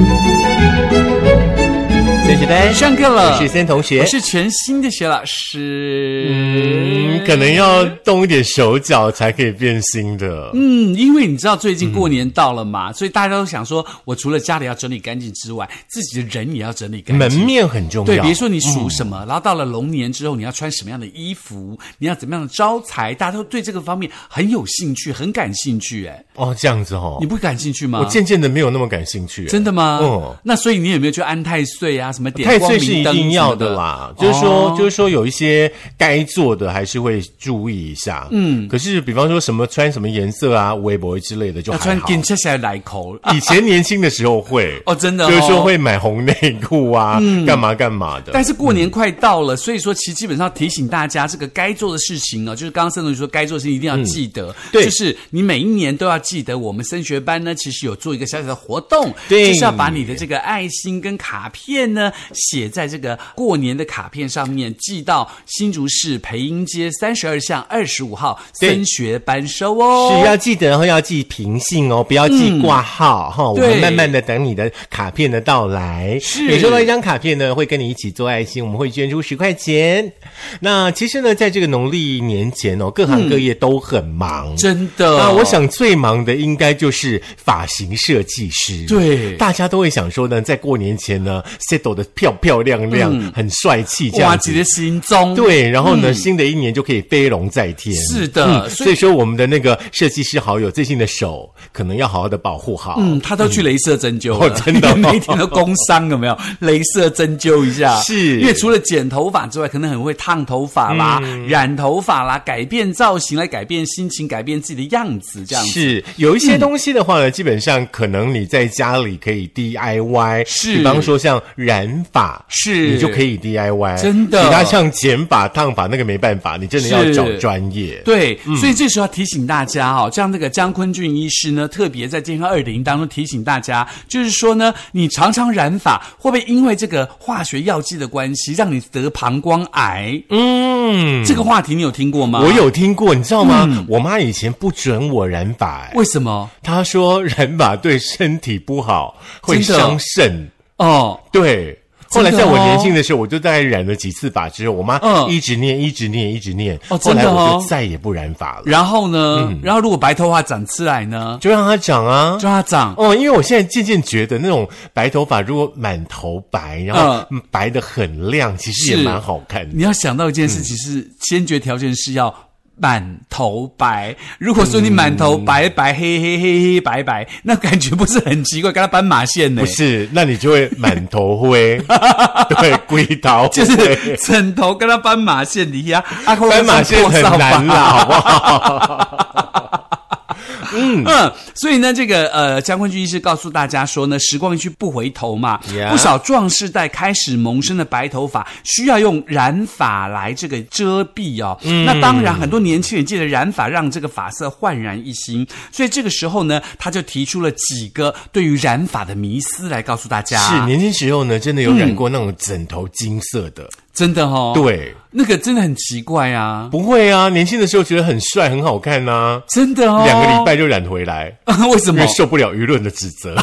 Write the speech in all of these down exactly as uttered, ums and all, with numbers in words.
学班上课了， 我是森同学， 我是全新的学老师。 嗯，可能要动一点手脚才可以变新的。 嗯，因为你知道最近过年到了嘛，嗯、所以大家都想说，我除了家里要整理干净之外，自己的人也要整理干净。 门面很重要。 对，比如说你属什么，嗯、然后到了龙年之后，你要穿什么样的衣服，你要怎么样的招财，大家都对这个方面很有兴趣，很感兴趣。哎， 哦，这样子哦， 你不感兴趣吗？ 我渐渐的没有那么感兴趣。 真的吗？ 嗯， 那所以你有没有去安太岁啊？什么点光太岁是一明灯定要的啦，就是说，哦、就是说有一些该做的还是会注意一下。嗯，可是比方说什么穿什么颜色啊、围脖之类的就还好。 要穿紧切下来来口。 以前年轻的时候会哦，真的、哦， 就是说会买红内裤啊，嗯、干嘛干嘛的。 但是过年快到了，嗯、所以说其实基本上提醒大家，这个该做的事情呢，就是刚刚森同学说该做的事情一定要记得。嗯、对，就是你每一年都要记得，我们升学班呢，其实有做一个小小的活动， 对， 就是要把你的这个爱心跟卡片呢写在这个过年的卡片上面，寄到新竹市培英街三十二巷二十五号升学班收哦。 是要记得，然后要记平信哦，不要记挂号哈、嗯。我们慢慢的等你的卡片的到来。是，每收到一张卡片呢，会跟你一起做爱心，我们会捐出十块钱。那其实呢，在这个农历年前哦，各行各业都很忙， 嗯、真的。 那我想最忙的应该就是发型设计师。 对， 大家都会想说呢，在过年前呢 ，set 的漂漂亮亮，嗯、很帅气这样子。 哇，的心中对，然后呢、嗯，新的一年就可以飞龙在天。 是的， 嗯、所, 以所以说我们的那个设计师好友最近的手可能要好好的保护好。 嗯，他都去雷射针灸了， 嗯、真的、哦， 每一天都工伤有没有？雷射针灸一下， 是因为除了剪头发之外，可能很会烫头发啦、嗯、染头发啦，改变造型来改变心情，改变自己的样子，这样子。 是有一些东西的话呢，嗯、基本上可能你在家里可以 D I Y， 是， 比方说像染发， 是你就可以 D I Y， 真的。 其他像剪发、烫发那个没办法，你真的要找专业。 对、嗯，所以这时候要提醒大家哦，像那个江坤俊医师呢，特别在健康二零当中提醒大家，就是说呢，你常常染发，会不会因为这个化学药剂的关系，让你得膀胱癌？嗯，这个话题你有听过吗？ 我有听过，你知道吗？嗯、我妈以前不准我染发、欸， 为什么？ 她说染发对身体不好，会伤肾。 哦， 对。后来在我年轻的时候，我就大概染了几次发之后，我妈一直念、嗯、一直念一直念， 哦，真的哦， 后来我就再也不染发了。 然后呢、嗯、然后如果白头发长出来呢， 就让它长啊， 就让它长。 哦，因为我现在渐渐觉得那种白头发如果满头白，然后白得很亮、嗯、其实也蛮好看的。 你要想到一件事情是、嗯、先决条件是要满头白，如果说你满头白白、嗯、黑黑黑黑白白，那感觉不是很奇怪，跟他斑马线呢？ 不是，那你就会满头灰，对，龟头就是枕头跟他斑马线底下，啊， 斑马线很难啦，好不好？ 嗯嗯，所以呢，这个呃，江坤俊医师告诉大家说呢，时光一去不回头嘛， yeah. 不少壮世代开始萌生的白头发，需要用染发来这个遮蔽哦。嗯、那当然，很多年轻人借着染发让这个发色焕然一新，所以这个时候呢，他就提出了几个对于染发的迷思来告诉大家。 是年轻时候呢，真的有染过那种枕头金色的。嗯真的哦， 对， 那个真的很奇怪啊。 不会啊，年轻的时候觉得很帅很好看啊， 真的哦， 两个礼拜就染回来。 为什么？ 因为受不了舆论的指责。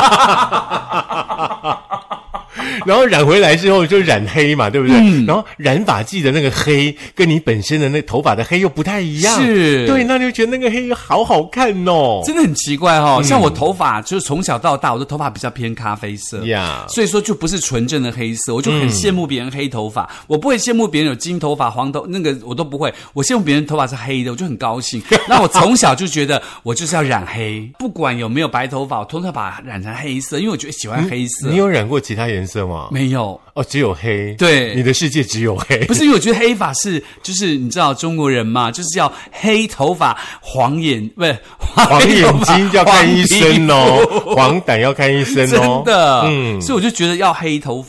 然后染回来之后就染黑嘛，对不对？嗯、然后染发剂的那个黑跟你本身的那头发的黑又不太一样， 是， 对，那就觉得那个黑好好看哦， 真的很奇怪哦。嗯、像我头发就是从小到大，我的头发比较偏咖啡色呀， yeah. 所以说就不是纯正的黑色，我就很羡慕别人黑头发，嗯、我不会羡慕别人有金头发、黄头，那个我都不会，我羡慕别人头发是黑的，我就很高兴。那我从小就觉得我就是要染黑，不管有没有白头发，我通常把它染成黑色，因为我觉得喜欢黑色。 你, 你有染过其他颜色吗？ 没有。 哦，只有黑。 对， 你的世界只有黑。 不是因为我觉得黑发是，就是你知道中国人嘛，就是要黑头发、黄眼，不是黄眼睛要看医生哦，黄疸要看医生哦， 真的。嗯，所以我就觉得要黑头发。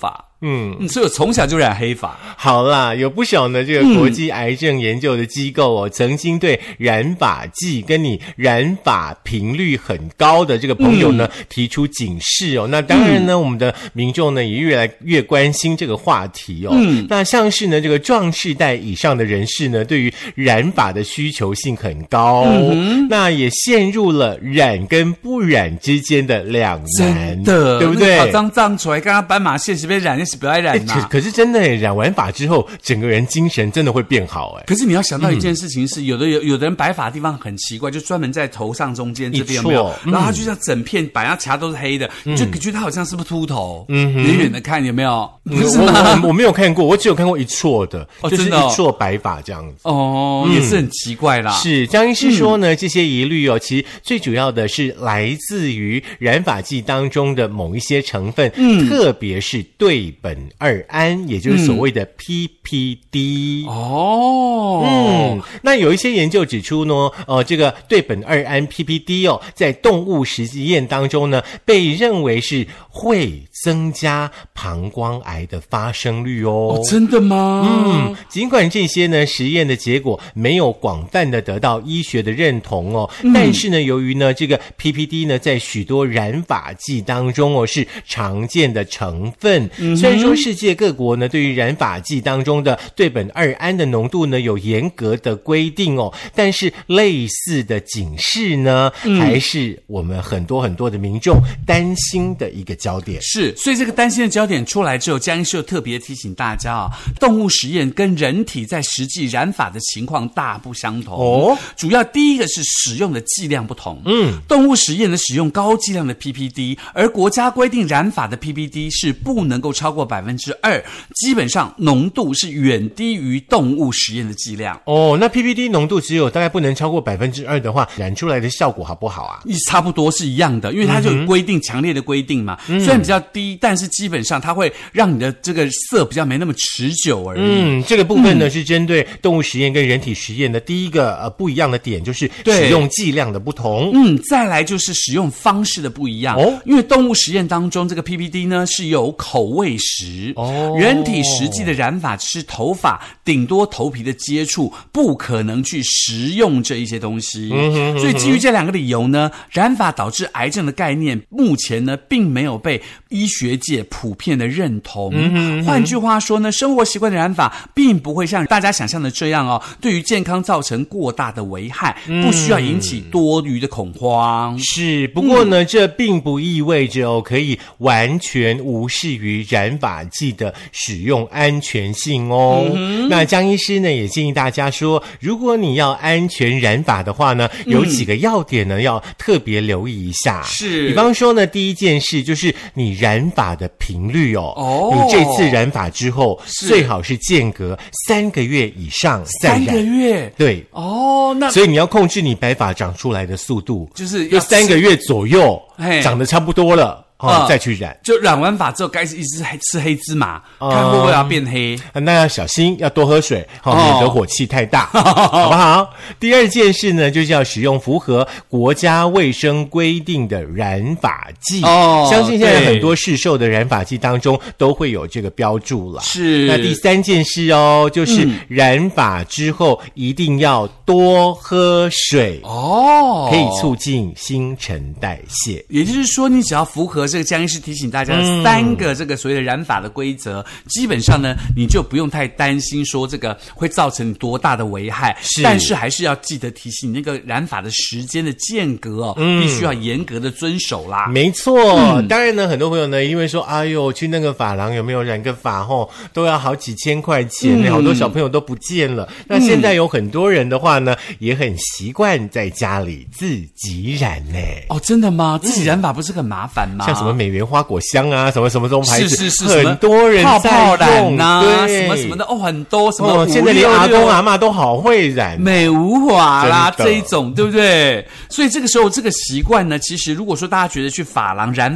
嗯嗯，所以我从小就染黑发。 好啦，有不少呢这个国际癌症研究的机构哦，嗯、曾经对染发剂跟你染发频率很高的这个朋友呢、嗯、提出警示哦。那当然呢、嗯、我们的民众呢也越来越关心这个话题哦。嗯，那像是呢这个壮世代以上的人士呢，对于染发的需求性很高，嗯、那也陷入了染跟不染之间的两难， 真的， 对不对？ 好脏脏出来，刚刚斑马线是被染，也是不爱染呐、 啊。可是真的染完发之后，整个人精神真的会变好哎。 可是你要想到一件事情是，嗯、有的有有的人白发的地方很奇怪，就专门在头上中间这边有没有？嗯、然后他就像整片白，然后其他都是黑的，嗯、你就觉得他好像是不是秃头？嗯，远远的看有没有？不是吗？ 我, 我, 我没有看过，我只有看过一撮的， 哦、 就是一撮白发这样子。 哦，嗯、也是很奇怪啦。 是江医师说呢，嗯、这些疑虑哦，其实最主要的是来自于染发剂当中的某一些成分，嗯、特别是对苯二胺，也就是所谓的 P P D。 嗯、哦， 嗯，那有一些研究指出呢，呃，这个对苯二胺 P P D 哦，在动物实验当中呢，被认为是会增加膀胱癌的发生率哦。 哦，真的吗？ 嗯，尽管这些呢实验的结果没有广泛的得到医学的认同哦，嗯、但是呢，由于呢这个 P P D 呢在许多染发剂当中哦是常见的成分，嗯、虽然说世界各国呢对于染发剂当中的对苯二胺的浓度呢有严格的规定哦，但是类似的警示呢，嗯、还是我们很多很多的民众担心的一个焦点。 是，所以这个担心的焦点出来之后，江医师又特别提醒大家啊，动物实验跟人体在实际染发的情况大不相同哦。主要第一个是使用的剂量不同，嗯，动物实验呢使用高剂量的 P P D， 而国家规定染发的 P P D 是不能够超过百分之二，基本上浓度是远低于动物实验的剂量。 哦，那 P P D 浓度只有大概不能超过百分之二的话，染出来的效果好不好啊？ 差不多是一样的，因为它就有规定，强烈的规定嘛。嗯、虽然比较低，但是基本上它会让你的这个色比较没那么持久而已。 嗯，这个部分呢、嗯、是针对动物实验跟人体实验的第一个呃不一样的点，就是使用剂量的不同。 嗯，再来就是使用方式的不一样。哦，因为动物实验当中这个 P P D 呢是有口味时，哦，人体实际的染发是头发顶多头皮的接触，不可能去食用这一些东西。嗯哼嗯哼，所以基于这两个理由呢，染发导致癌症的概念目前呢并没有被医学界普遍的认同。嗯哼嗯哼，换句话说呢，生活习惯的染发并不会像大家想象的这样哦，对于健康造成过大的危害，嗯、不需要引起多余的恐慌。 是，不过呢，嗯、这并不意味着哦可以完全无视于染发剂的使用安全性哦。嗯、那江医师呢也建议大家说，如果你要安全染发的话呢，有几个要点呢、嗯、要特别留意一下。 是， 比方说呢，第一件事就是你染发的频率哦。哦，你这次染发之后，最好是间隔三个月以上再染。 三个月， 对。 哦，那所以你要控制你白发长出来的速度， 就是要三个月左右，长得差不多了。哦，再去染， 就染完发之后，该是一直吃黑芝麻，嗯、看会不会要变黑。 那要小心，要多喝水，好、哦，免得火气太大，好不好？第二件事呢，就是要使用符合国家卫生规定的染发剂。哦，相信现在很多市售的染发剂当中都会有这个标注了。 是。 那第三件事哦，就是染发之后一定要多喝水哦，可以促进新陈代谢。 也就是说，你只要符合这个江医师提醒大家的三个这个所谓的染发的规则、嗯、基本上呢你就不用太担心说这个会造成多大的危害，是，但是还是要记得提醒你那个染发的时间的间隔哦、嗯、必须要严格的遵守啦。 没错、嗯、当然呢很多朋友呢因为说哎呦去那个发廊有没有染个发后都要好几千块钱、嗯、好多小朋友都不见了、嗯、那现在有很多人的话呢也很习惯在家里自己染呢。 哦，真的吗？自己染发不是很麻烦吗？ 像什么美源花果香啊，什么什么这种牌子， 是是是， 很多人在用，泡泡染啊， 对， 什么什么的哦，很多什么、 哦，现在连阿公阿嬷都好会染美无华啦这一种，对不对？所以这个时候这个习惯呢，其实如果说大家觉得去发廊染发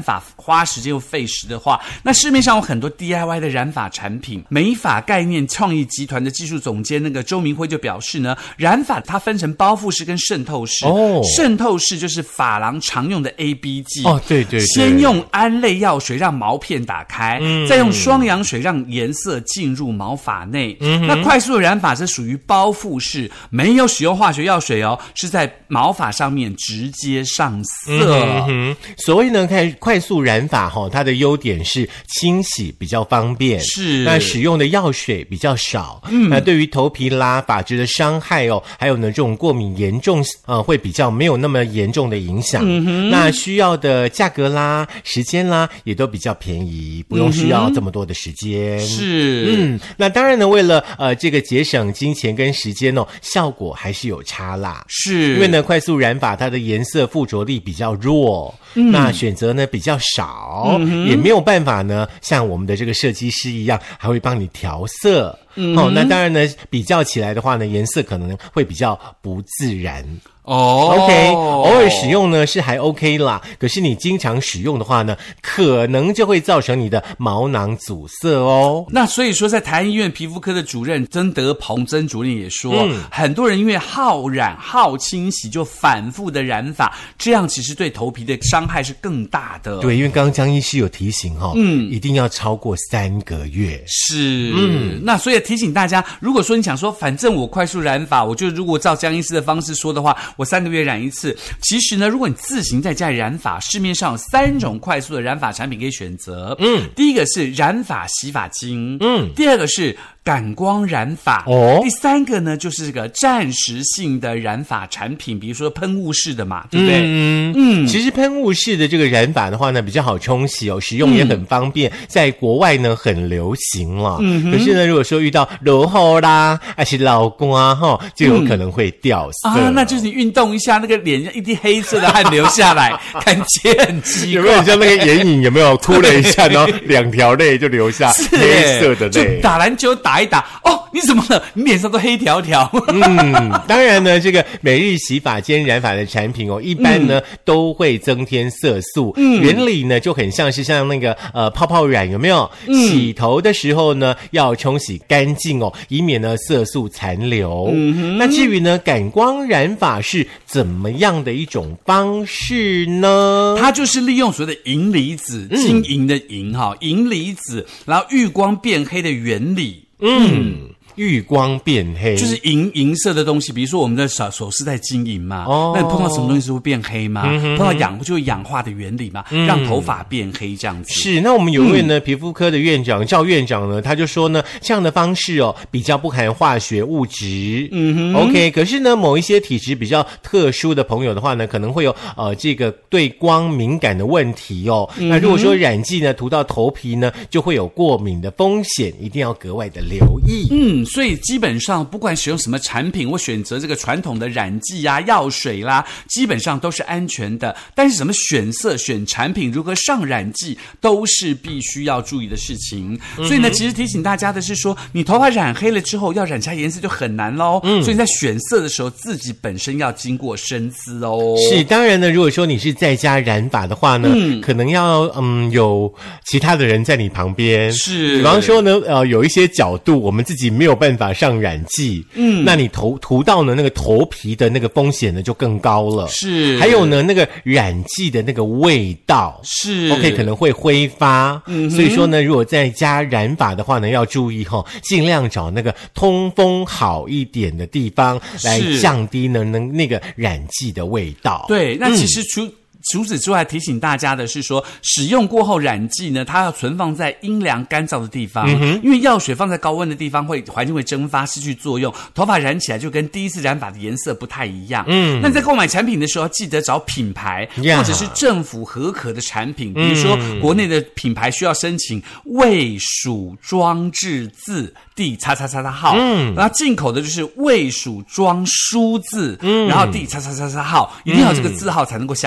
花时间又费时的话，那市面上有很多 D I Y 的染发产品。美发概念创意集团的技术总监那个周明辉就表示呢，染发它分成包覆式跟渗透式。哦，渗透式就是发廊常用的 A B 剂。 哦，对对对， 先用胺类药水让毛片打开，嗯、再用双氧水让颜色进入毛发内。嗯、那快速的染发是属于包覆式，没有使用化学药水哦，是在毛发上面直接上色。 嗯哼，所谓呢，看快速染发哈、哦，它的优点是清洗比较方便， 是那使用的药水比较少，嗯，那对于头皮啦、发质的伤害哦，还有呢这种过敏严重，呃，会比较没有那么严重的影响。嗯哼，那需要的价格啦、时间啦，也都比较便宜，不用需要这么多的时间。 嗯、是， 嗯，那当然呢，为了呃这个节省金钱跟时间哦，效果还是有差啦。 是， 因为呢，快速染发它的颜色附着力比较弱，嗯、那选择呢比较少，嗯、也没有办法呢像我们的这个设计师一样，还会帮你调色。嗯、哦，那当然呢，比较起来的话呢，颜色可能会比较不自然。哦 ，OK， 偶尔使用呢是还 OK 啦，可是你经常使用的话呢，可能就会造成你的毛囊阻塞哦。 那所以说，在台安医院皮肤科的主任曾德鹏曾主任也说，嗯、很多人因为好染好清洗，就反复的染发，这样其实对头皮的伤害是更大的。 对，因为刚刚江医师有提醒哈、哦，嗯，一定要超过三个月。 是，嗯，那所以提醒大家，如果说你想说，反正我快速染发，我就如果照江医师的方式说的话，我三个月染一次。其实呢，如果你自行在家里染发，市面上有三种快速的染发产品可以选择。嗯，第一个是染发洗发精，嗯，第二个是感光染发，哦，第三个呢就是这个暂时性的染发产品，比如说喷雾式的嘛，对不对？ 嗯嗯，其实喷雾式的这个染发的话呢，比较好冲洗哦，使用也很方便，嗯、在国外呢很流行了。嗯，可是呢，如果说遇到落雨啦，还是老公啊哈，就有可能会掉色、 嗯、啊。那就是你运动一下，那个脸一滴黑色的汗流下来，感觉很奇怪。 有没有像那个眼影？有没有哭了一下，然后两条泪就流下黑色的泪？ 就打篮球打一打，哦，你怎么了？你脸上都黑条条。 嗯，当然呢，这个每日洗发兼染发的产品哦，一般呢、嗯、都会增添色素。嗯，原理呢就很像是像那个呃泡泡染，有没有？嗯、洗头的时候呢要冲洗干净哦，以免呢色素残留。嗯哼，那至于呢感光染发是怎么样的一种方式呢？ 它就是利用所谓的银离子，金银的银哈，银离子，然后遇光变黑的原理。 嗯，遇光变黑就是银银色的东西，比如说我们的首首饰带金银嘛，哦，那你碰到什么东西是会变黑吗？嗯、碰到氧就会氧化的原理嘛，嗯、让头发变黑这样子。 是，那我们有一位呢、嗯、皮肤科的院长赵院长呢，他就说呢，这样的方式哦比较不含化学物质。嗯哼 ，OK， 可是呢，某一些体质比较特殊的朋友的话呢，可能会有呃这个对光敏感的问题哦。嗯、那如果说染剂呢涂到头皮呢，就会有过敏的风险，一定要格外的留意。 嗯，所以基本上不管使用什么产品，或选择这个传统的染剂啊、药水啦，基本上都是安全的。但是什么选色、选产品、如何上染剂，都是必须要注意的事情。嗯、所以呢，其实提醒大家的是说，你头发染黑了之后，要染其他颜色就很难咯。嗯，所以在选色的时候，自己本身要经过深思哦。 是，当然呢，如果说你是在家染发的话呢，嗯、可能要嗯有其他的人在你旁边。 是， 比方说呢，呃，有一些角度我们自己没有办法上染剂，嗯，那你涂涂到呢那个头皮的那个风险呢就更高了。 是， 还有呢那个染剂的那个味道是 OK 可能会挥发，嗯，所以说呢，如果在家染发的话呢，要注意哈、哦，尽量找那个通风好一点的地方来降低呢那那个染剂的味道。 对，那其实除、嗯除此之外，提醒大家的是说，使用过后染剂呢，它要存放在阴凉干燥的地方，嗯、因为药水放在高温的地方会环境会蒸发失去作用，头发染起来就跟第一次染发的颜色不太一样。嗯，那你在购买产品的时候，记得找品牌、yeah. 或者是政府核可的产品，比如说国内的品牌需要申请卫署装置字第叉叉叉叉号，嗯，然后进口的就是卫署装书字，嗯，然后第叉叉叉叉号，一定要有这个字号才能够相信哦。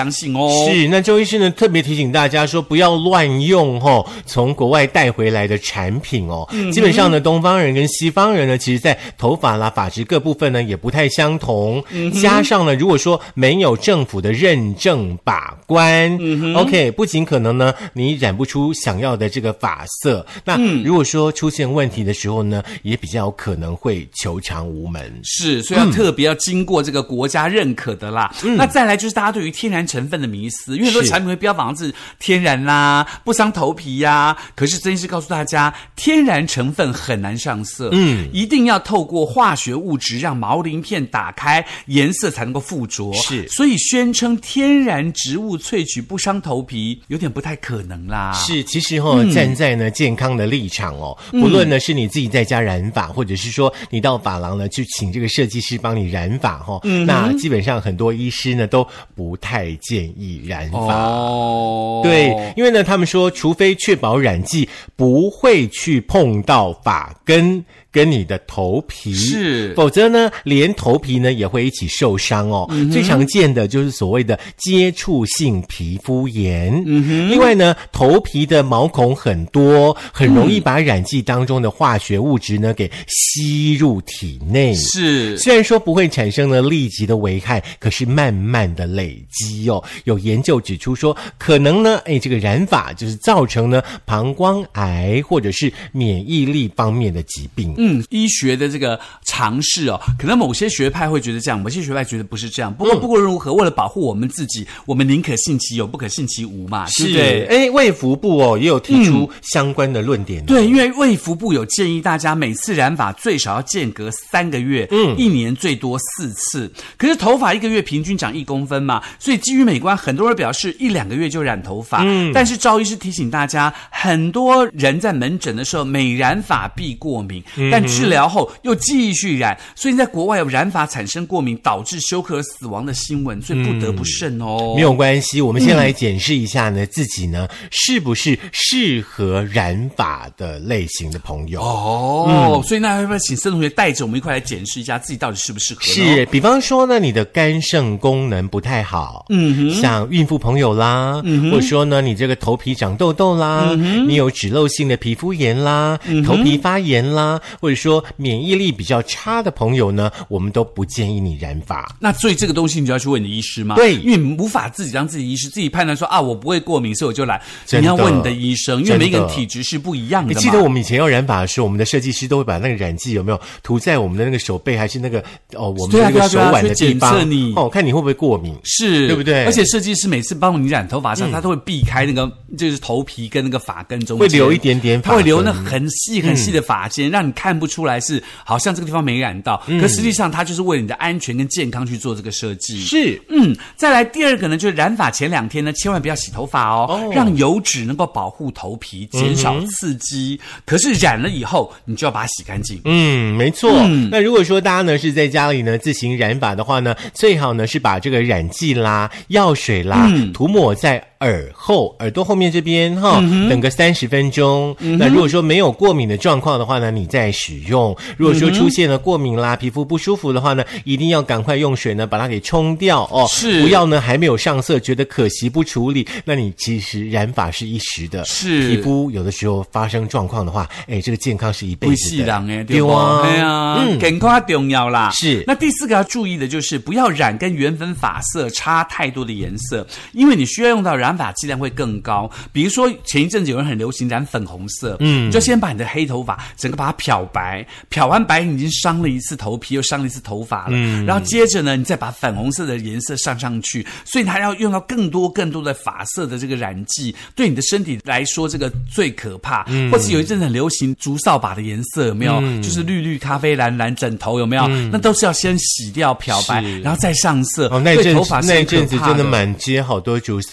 是，那周医师呢特别提醒大家说，不要乱用哦，从国外带回来的产品哦。嗯、基本上呢，东方人跟西方人呢，其实在头发啦、发质各部分呢也不太相同。嗯、加上呢，如果说没有政府的认证把关、嗯、，OK， 不仅可能呢你染不出想要的这个发色，那如果说出现问题的时候呢，也比较有可能会求偿无门。 是，所以要特别要经过这个国家认可的啦。嗯、那再来就是大家对于天然成分的迷思，因为很多产品会标榜是天然啦，不伤头皮呀、啊。可是曾医师告诉大家，天然成分很难上色，嗯，一定要透过化学物质让毛鳞片打开，颜色才能够附着。 是， 所以宣称天然植物萃取不伤头皮，有点不太可能啦。 是，其实哦，嗯、站在呢健康的立场哦，不论呢是你自己在家染发，或者是说你到发廊呢去请这个设计师帮你染发哈、哦，嗯、那基本上很多医师呢都不太建议染发。哦，对，因为呢他们说，除非确保染剂不会去碰到发根跟你的头皮， 是， 否则呢连头皮呢也会一起受伤哦。嗯、最常见的就是所谓的接触性皮肤炎。嗯哼，另外呢头皮的毛孔很多，很容易把染剂当中的化学物质呢给吸入体内。 是， 虽然说不会产生呢立即的危害，可是慢慢的累积哦。有研究指出说，可能呢诶这个染发就是造成呢膀胱癌或者是免疫力方面的疾病。 嗯，医学的这个尝试哦，可能某些学派会觉得这样，某些学派觉得不是这样。不过不过如何，为了保护我们自己，我们宁可信其有，不可信其无嘛， 是， 对不对？ 哎，卫福部哦也有提出相关的论点、哦嗯。对，因为卫福部有建议大家每次染发最少要间隔三个月，嗯，一年最多四次。可是头发一个月平均长一公分嘛，所以基于美观，很多人表示一两个月就染头发。嗯，但是赵医师提醒大家，很多人在门诊的时候每染发必过敏。嗯，但治疗后又继续染，所以在国外有染发产生过敏导致休克而死亡的新闻，所以不得不慎哦。 嗯、没有关系，我们先来检视一下呢、嗯、自己呢是不是适合染发的类型的朋友哦。嗯、所以那要不要请森同学带着我们一块来检视一下自己到底适不适合呢？ 是，比方说呢你的肝肾功能不太好，嗯哼，像孕妇朋友啦，嗯哼，或者说呢你这个头皮长痘痘啦，嗯哼，你有脂漏性的皮肤炎啦，嗯、头皮发炎啦，或者说免疫力比较差的朋友呢，我们都不建议你染发。 那所以这个东西你就要去问你的医师吗？ 对， 因为你无法自己当自己医师，自己判断说啊我不会过敏，所以我就染。你要问你的医生，因为每个人体质是不一样的嘛。 你记得我们以前要染发的时候，我们的设计师都会把那个染剂有没有涂在我们的那个手背，还是那个哦我们的那个手腕的地方， 检测你哦，看你会不会过敏， 是， 对不对？ 而且设计师每次帮你染头发上，嗯、他都会避开那个就是头皮跟那个发根中间， 会留一点点发根， 他会留那很细很细的发间，嗯、让你看不出来是好像这个地方没染到，嗯、可实际上它就是为了你的安全跟健康去做这个设计。 是， 嗯，再来第二个呢，就是染发前两天呢，千万不要洗头发哦，哦让油脂能够保护头皮，减少刺激。嗯、可是染了以后，你就要把它洗干净。 嗯，没错。嗯、那如果说大家呢是在家里呢自行染发的话呢，最好呢是把这个染剂啦、药水啦、嗯、涂抹在耳后、耳朵后面这边哈，嗯、等个三十分钟。嗯、那如果说没有过敏的状况的话呢，你再使用。如果说出现了过敏啦、皮肤不舒服的话呢，一定要赶快用水呢把它给冲掉哦。 是， 不要呢还没有上色，觉得可惜不处理，那你其实染发是一时的， 是皮肤有的时候发生状况的话，哎，这个健康是一辈子的。 哎，对啊，哎呀，嗯，健康重要啦。 是。 那第四个要注意的就是不要染跟原本发色差太多的颜色，因为你需要用到染发剂量会更高。比如说前一阵子有人很流行染粉红色，嗯，你就先把你的黑头发整个把它漂白，漂完白你已经伤了一次头皮，又伤了一次头发了，嗯，然后接着呢，你再把粉红色的颜色上上去，所以它要用到更多更多的发色的这个染剂，对你的身体来说这个最可怕。嗯，或是有一阵子很流行竹扫把的颜色，有没有？嗯、就是绿绿、咖啡蓝蓝枕头，有没有？嗯、那都是要先洗掉漂白，然后再上色。 哦，那阵子那阵子真的满街好多竹扫把。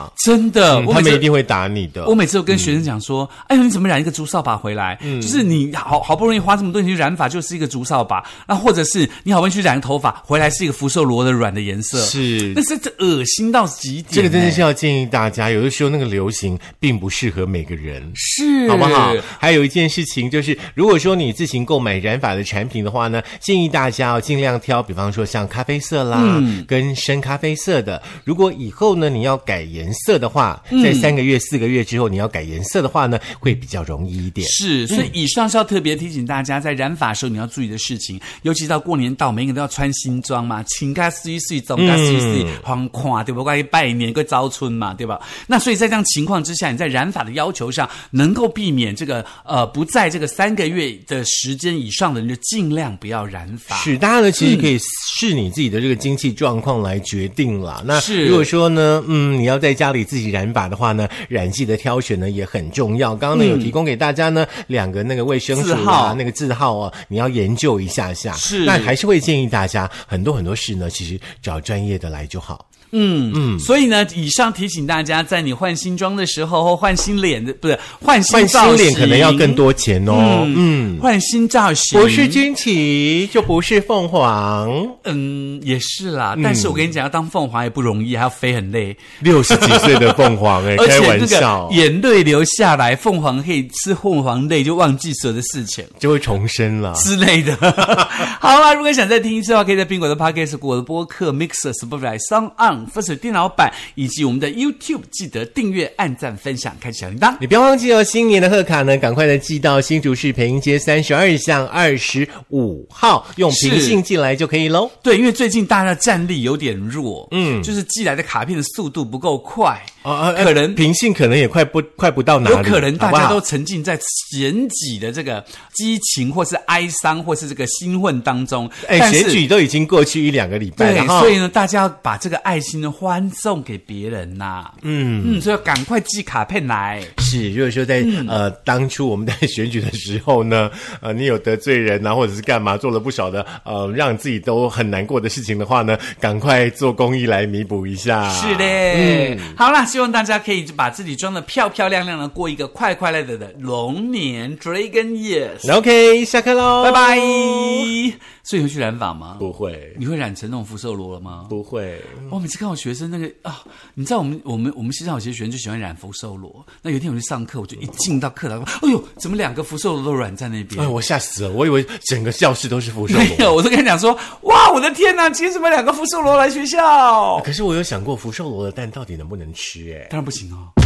把， 真的， 嗯、他们一定会打你的。 我每次都跟学生讲说，嗯、哎呦，你怎么染一个竹扫把回来？嗯、就是你好好不容易花这么多钱去染发，就是一个竹扫把，那或者是你好不容易去染个头发，回来是一个福寿螺的软的颜色， 是， 那是这恶心到极点。 这个真的是要建议大家，有的时候那个流行并不适合每个人， 是， 好不好？还有一件事情就是，如果说你自行购买染发的产品的话呢，建议大家要尽量挑，比方说像咖啡色啦，嗯、跟深咖啡色的。如果以后呢你要改颜色的话，嗯、在三个月、四个月之后你要改颜色的话呢，会比较容易一点。 是，所以以上是要特别提醒大家，在染发的时候你要注意的事情，尤其到过年到，每个人都要穿新装嘛，请咖水水，总咖水水，黄看对吧？关于拜年，关于招春嘛，对吧？那所以在这样情况之下，你在染发的要求上能够避免这个呃不在这个三个月的时间以上的人，就尽量不要染发。 是，大家呢其实可以视你自己的这个经济状况来决定啦。那如果说呢，嗯，你要在家里自己染发的话呢，染剂的挑选呢也很重要。刚刚呢、嗯、有提供给大家呢两个那个卫生署啊，那个字号啊，你要研究一下下。 是， 那还是会建议大家很多很多事呢，其实找专业的来就好。 嗯嗯，所以呢，以上提醒大家，在你换新装的时候，或换新脸的，不是换新造型， 换新脸可能要更多钱哦。嗯， 嗯换新造型， 不是军旗就不是凤凰。 嗯，也是啦。嗯、但是我跟你讲，要当凤凰也不容易，还要飞很累。 六十几岁的凤凰、欸，哎，开玩笑， 眼泪流下来，凤凰可以吃凤凰泪，就忘记所有的事情， 就会重生了之类的。好啦，如果想再听一次的话，可以在苹果的 Podcast、我的播客 Mixer、Spotify、Sound On。First 电脑版以及我们的 YouTube， 记得订阅、按赞、分享、开小铃铛。 你不要忘记哦，新年的贺卡呢，赶快的寄到新竹市培英街三十二巷二十五号，用平信寄来就可以咯。 对，因为最近大家的战力有点弱，嗯，就是寄来的卡片的速度不够快。 哦，可能平信可能也快不快不到哪里， 有可能大家都沉浸在选举的这个激情，或是哀伤，或是这个兴奋当中。 哎，选举都已经过去一两个礼拜了， 对，所以呢，大家要把这个爱心呢欢送给别人呐、啊。嗯嗯，所以要赶快寄卡片来。 是，如果说在、嗯、呃当初我们在选举的时候呢，呃，你有得罪人啊，或者是干嘛，做了不少的呃让自己都很难过的事情的话呢，赶快做公益来弥补一下。 是的，嗯，好啦。希望大家可以把自己装得漂漂亮亮的，过一个快快乐乐的龙年 Dragon Years。OK， 下课喽， 拜拜。所以你会去染发吗？ 不会。 你会染成那种福寿螺了吗？ 不会。 我每次看我学生那个啊，你知道我们我们我们西上有些学生就喜欢染福寿螺。那有一天我去上课，我就一进到课堂，哎呦，怎么两个福寿螺都染在那边？ 哎，我吓死了，我以为整个教室都是福寿螺。 没有，我都跟你讲说，哇，我的天哪，今天怎么两个福寿螺来学校？ 可是我有想过，福寿螺的蛋到底能不能吃？哎， 当然不行哦。